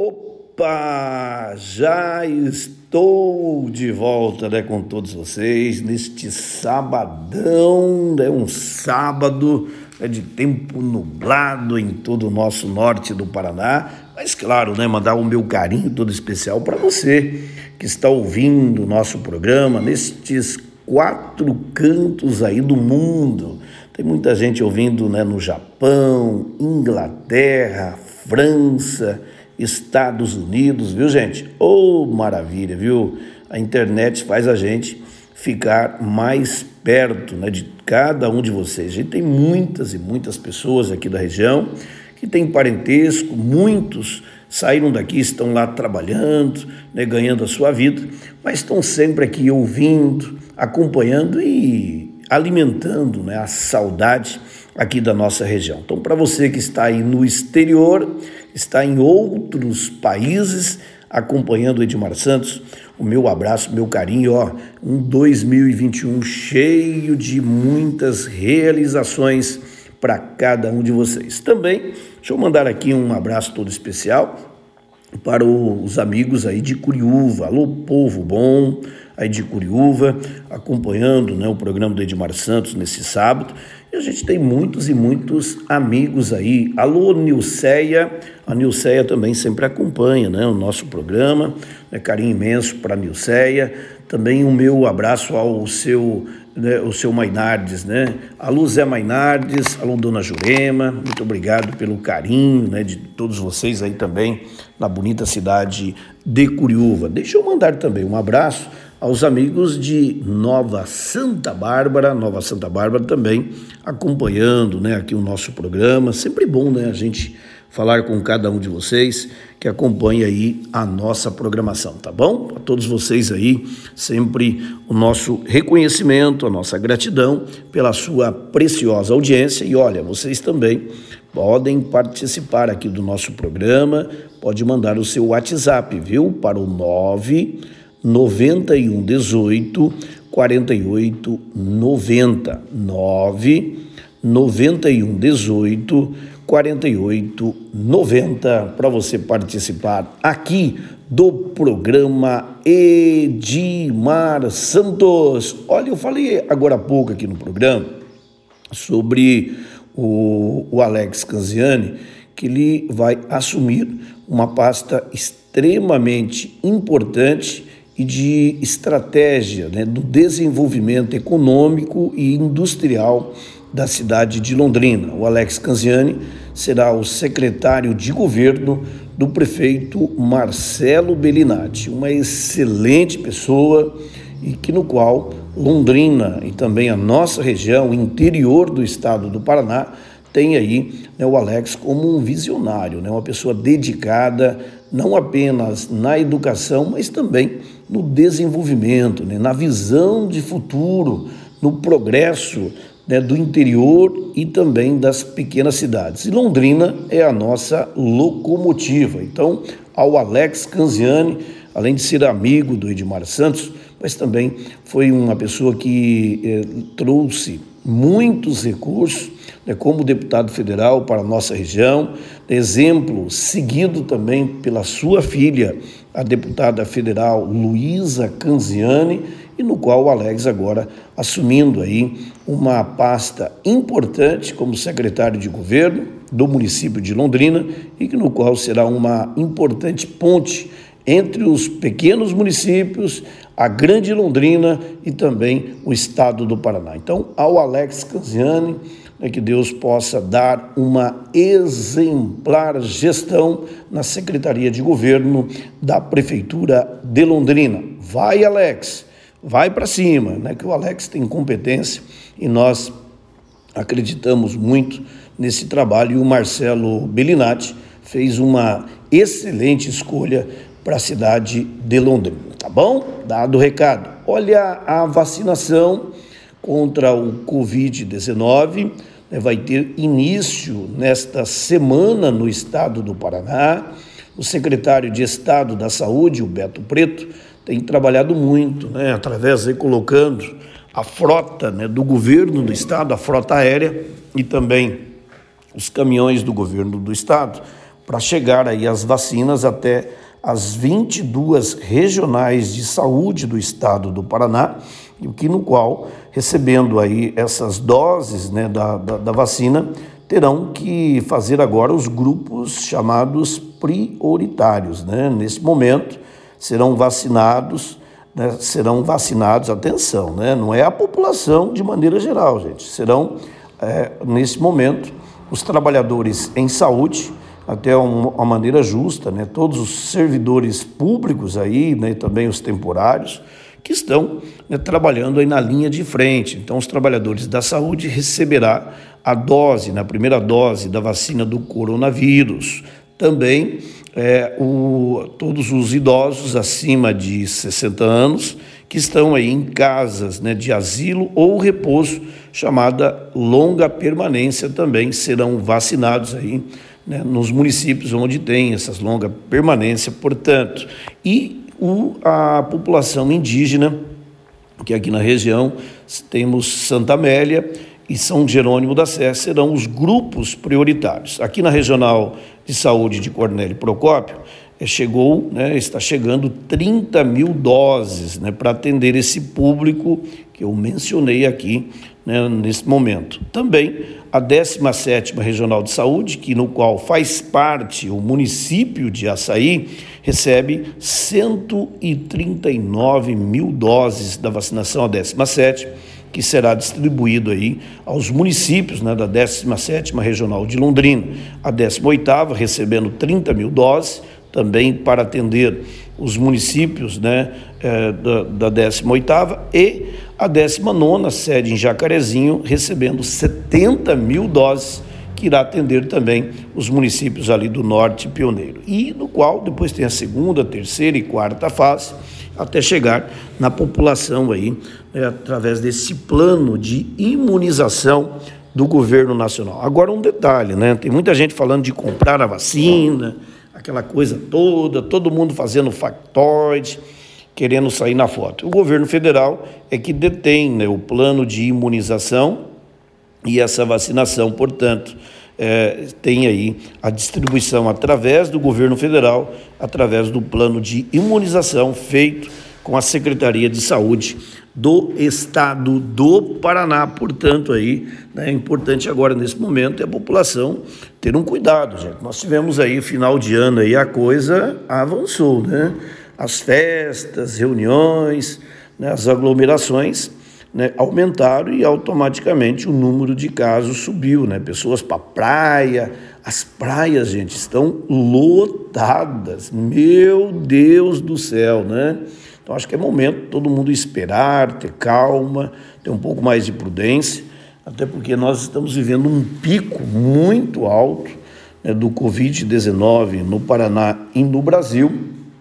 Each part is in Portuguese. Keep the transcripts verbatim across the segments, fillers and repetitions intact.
Opa, já estou de volta, né, com todos vocês neste sabadão, né, um sábado, né, de tempo nublado em todo o nosso norte do Paraná, mas claro, né, mandar o meu carinho todo especial para você que está ouvindo o nosso programa nestes quatro cantos aí do mundo. Tem muita gente ouvindo, né, no Japão, Inglaterra, França, Estados Unidos, viu, gente? Oh, maravilha, viu? A internet faz a gente ficar mais perto, né, de cada um de vocês. A gente tem muitas e muitas pessoas aqui da região que têm parentesco, muitos saíram daqui, estão lá trabalhando, né, ganhando a sua vida, mas estão sempre aqui ouvindo, acompanhando e alimentando, né, a saudade aqui da nossa região. Então, para você que está aí no exterior, está em outros países, acompanhando o Edmar Santos, o meu abraço, meu carinho, ó, um dois mil e vinte e um cheio de muitas realizações para cada um de vocês. Também, deixa eu mandar aqui um abraço todo especial para os amigos aí de Curiúva. Alô, povo bom aí de Curiúva, acompanhando, né, o programa do Edmar Santos nesse sábado. E a gente tem muitos e muitos amigos aí. Alô, Nilceia. A Nilceia também sempre acompanha, né, o nosso programa. É carinho imenso para a Nilceia. Também o meu abraço ao seu, né, o seu Mainardes, né? Alô, Zé Mainardes. Alô, Dona Jurema. Muito obrigado pelo carinho, né, de todos vocês aí também na bonita cidade de Curiúva. Deixa eu mandar também um abraço aos amigos de Nova Santa Bárbara, Nova Santa Bárbara também acompanhando, né, aqui o nosso programa. Sempre bom, né, a gente falar com cada um de vocês que acompanha aí a nossa programação, tá bom? A todos vocês aí, sempre o nosso reconhecimento, a nossa gratidão pela sua preciosa audiência. E olha, vocês também podem participar aqui do nosso programa, pode mandar o seu WhatsApp, viu? Para o nove noventa e um dezoito quarenta e oito noventa, nove noventa e um dezoito quarenta e oito noventa, para você participar aqui do programa Edmar Santos. Olha, eu falei agora há pouco aqui no programa sobre o, o Alex Canziani, que ele vai assumir uma pasta extremamente importante e de estratégia, né, do desenvolvimento econômico e industrial da cidade de Londrina. O Alex Canziani será o secretário de governo do prefeito Marcelo Bellinati, uma excelente pessoa e que no qual Londrina e também a nossa região, o interior do estado do Paraná, tem aí, né, o Alex como um visionário, né, uma pessoa dedicada não apenas na educação, mas também no desenvolvimento, né, na visão de futuro, no progresso, né, do interior e também das pequenas cidades. E Londrina é a nossa locomotiva. Então, ao Alex Canziani, além de ser amigo do Edmar Santos, mas também foi uma pessoa que eh, trouxe muitos recursos, né, como deputado federal para a nossa região, exemplo seguido também pela sua filha, a deputada federal Luísa Canziani, e no qual o Alex agora assumindo aí uma pasta importante como secretário de governo do município de Londrina e que no qual será uma importante ponte entre os pequenos municípios, a grande Londrina e também o estado do Paraná. Então, ao Alex Canziani, né, que Deus possa dar uma exemplar gestão na Secretaria de Governo da Prefeitura de Londrina. Vai, Alex! Vai para cima, né? Que o Alex tem competência e nós acreditamos muito nesse trabalho. E o Marcelo Bellinati fez uma excelente escolha para a cidade de Londrina, tá bom? Dado o recado. Olha, a vacinação contra o covid dezenove, né, vai ter início nesta semana no estado do Paraná. O secretário de Estado da Saúde, o Beto Preto, tem trabalhado muito, né, através aí colocando a frota, né, do governo do estado, a frota aérea e também os caminhões do governo do estado para chegar aí as vacinas até as vinte e duas regionais de saúde do estado do Paraná, e o que no qual, recebendo aí essas doses, né, da, da, da vacina, terão que fazer agora os grupos chamados prioritários, né? Nesse momento serão vacinados, né, serão vacinados, atenção, né? Não é a população de maneira geral, gente, serão, é, nesse momento, os trabalhadores em saúde, até uma maneira justa, né? Todos os servidores públicos aí, né, e também os temporários, que estão, né, trabalhando aí na linha de frente. Então, os trabalhadores da saúde receberão a dose, na primeira dose da vacina do coronavírus. Também é, o, todos os idosos acima de sessenta anos que estão aí em casas, né, de asilo ou repouso, chamada longa permanência, também serão vacinados aí, né, nos municípios onde tem essas longa permanência, portanto. E o, a população indígena, que aqui na região temos Santa Amélia e São Jerônimo da Sé, serão os grupos prioritários. Aqui na Regional de Saúde de Cornélio Procópio, chegou, né, está chegando trinta mil doses, né, para atender esse público que eu mencionei aqui, né, nesse momento. Também a décima sétima Regional de Saúde, que no qual faz parte o município de Açaí, recebe cento e trinta e nove mil doses da vacinação, a décima sétima, que será distribuído aí aos municípios, né, da décima sétima Regional de Londrina. A décima oitava recebendo trinta mil doses, também para atender os municípios, né, é, da, da décima oitava, e a décima nona, sede em Jacarezinho, recebendo setenta mil doses, que irá atender também os municípios ali do Norte Pioneiro. E no qual depois tem a segunda, terceira e quarta fase, até chegar na população aí, né, através desse plano de imunização do governo nacional. Agora um detalhe, né? Tem muita gente falando de comprar a vacina, aquela coisa toda, todo mundo fazendo factoide, querendo sair na foto. O governo federal é que detém, né, o plano de imunização e essa vacinação, portanto, é, tem aí a distribuição através do governo federal, através do plano de imunização feito com a Secretaria de Saúde do Estado do Paraná. Portanto, aí, né, é importante agora, nesse momento, é a população ter um cuidado, gente. Nós tivemos aí, final de ano, aí, a coisa avançou, né? As festas, reuniões, né, as aglomerações, né, aumentaram e automaticamente o número de casos subiu, né? Pessoas para praia, as praias, gente, estão lotadas. Meu Deus do céu, né? Então, acho que é momento todo mundo esperar, ter calma, ter um pouco mais de prudência, até porque nós estamos vivendo um pico muito alto, né, do covid dezenove no Paraná e no Brasil,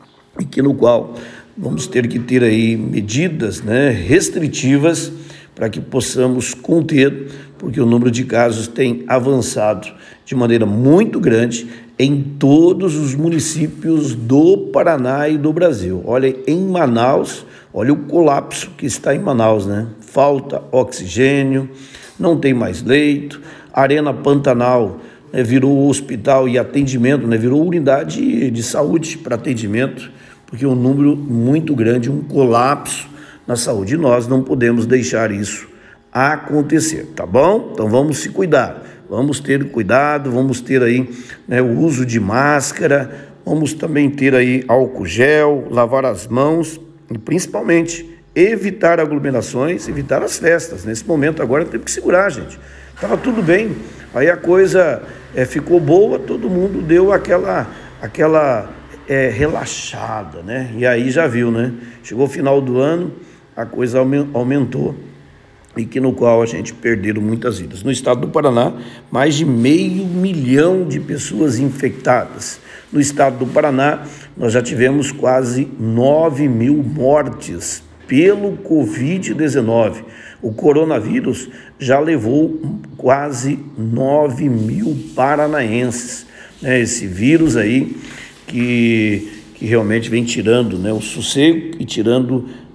e que no qual vamos ter que ter aí medidas, né, restritivas para que possamos conter, porque o número de casos tem avançado de maneira muito grande em todos os municípios do Paraná e do Brasil. Olha, em Manaus, olha o colapso que está em Manaus, né? Falta oxigênio, não tem mais leito, Arena Pantanal, né, virou hospital e atendimento, né, virou unidade de saúde para atendimento, porque é um número muito grande, um colapso na saúde. E nós não podemos deixar isso acontecer, tá bom? Então vamos se cuidar. Vamos ter cuidado, vamos ter aí, né, o uso de máscara, vamos também ter aí álcool gel, lavar as mãos e principalmente evitar aglomerações, evitar as festas. Nesse momento agora temos que segurar, gente. Estava tudo bem, aí a coisa é, ficou boa, todo mundo deu aquela, aquela é, relaxada, né? E aí já viu, né? Chegou o final do ano, a coisa aumentou, e que no qual a gente perdeu muitas vidas. No estado do Paraná, mais de meio milhão de pessoas infectadas. No estado do Paraná, nós já tivemos quase nove mil mortes pelo covid dezenove. O coronavírus já levou quase nove mil paranaenses. É esse vírus aí que, que realmente vem tirando, né, o sossego e tirando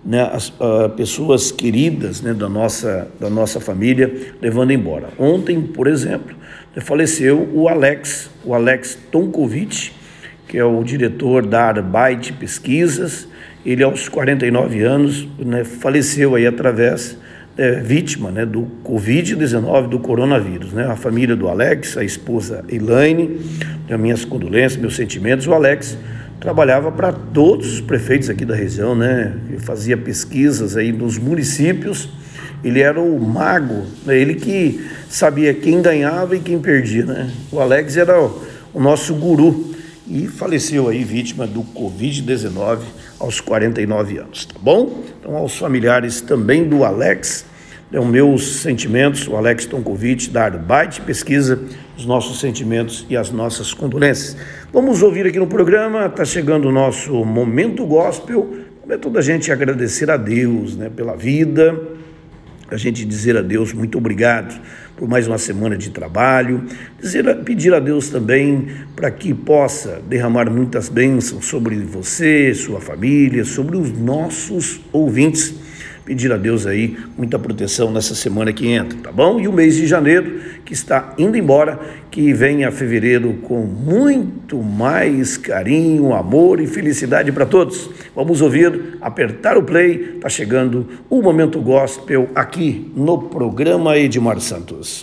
né, as uh, pessoas queridas, né, da, nossa, da nossa família levando embora. Ontem, por exemplo, faleceu o Alex, o Alex Tonkovic, que é o diretor da Arbeit Pesquisas. Ele, aos quarenta e nove anos, né, faleceu aí através, é, vítima, né, do covid dezenove, do coronavírus, né? A família do Alex, a esposa Elaine, as minhas condolências, meus sentimentos. O Alex trabalhava para todos os prefeitos aqui da região, né? Ele fazia pesquisas aí nos municípios. Ele era o mago, né? Ele que sabia quem ganhava e quem perdia, né? O Alex era o, o nosso guru e faleceu aí vítima do covid dezenove aos quarenta e nove anos, tá bom? Então, aos familiares também do Alex, né, os meus sentimentos, o Alex Tonkovic, da Arbeit Pesquisa, os nossos sentimentos e as nossas condolências. Vamos ouvir aqui no programa, está chegando o nosso Momento Gospel, momento da gente agradecer a Deus, né, pela vida, a gente dizer a Deus muito obrigado por mais uma semana de trabalho, dizer, pedir a Deus também para que possa derramar muitas bênçãos sobre você, sua família, sobre os nossos ouvintes. Pedir a Deus aí muita proteção nessa semana que entra, tá bom? E o mês de janeiro, que está indo embora, que venha fevereiro com muito mais carinho, amor e felicidade para todos. Vamos ouvir, apertar o play, tá chegando o Momento Gospel aqui no programa Edmar Santos.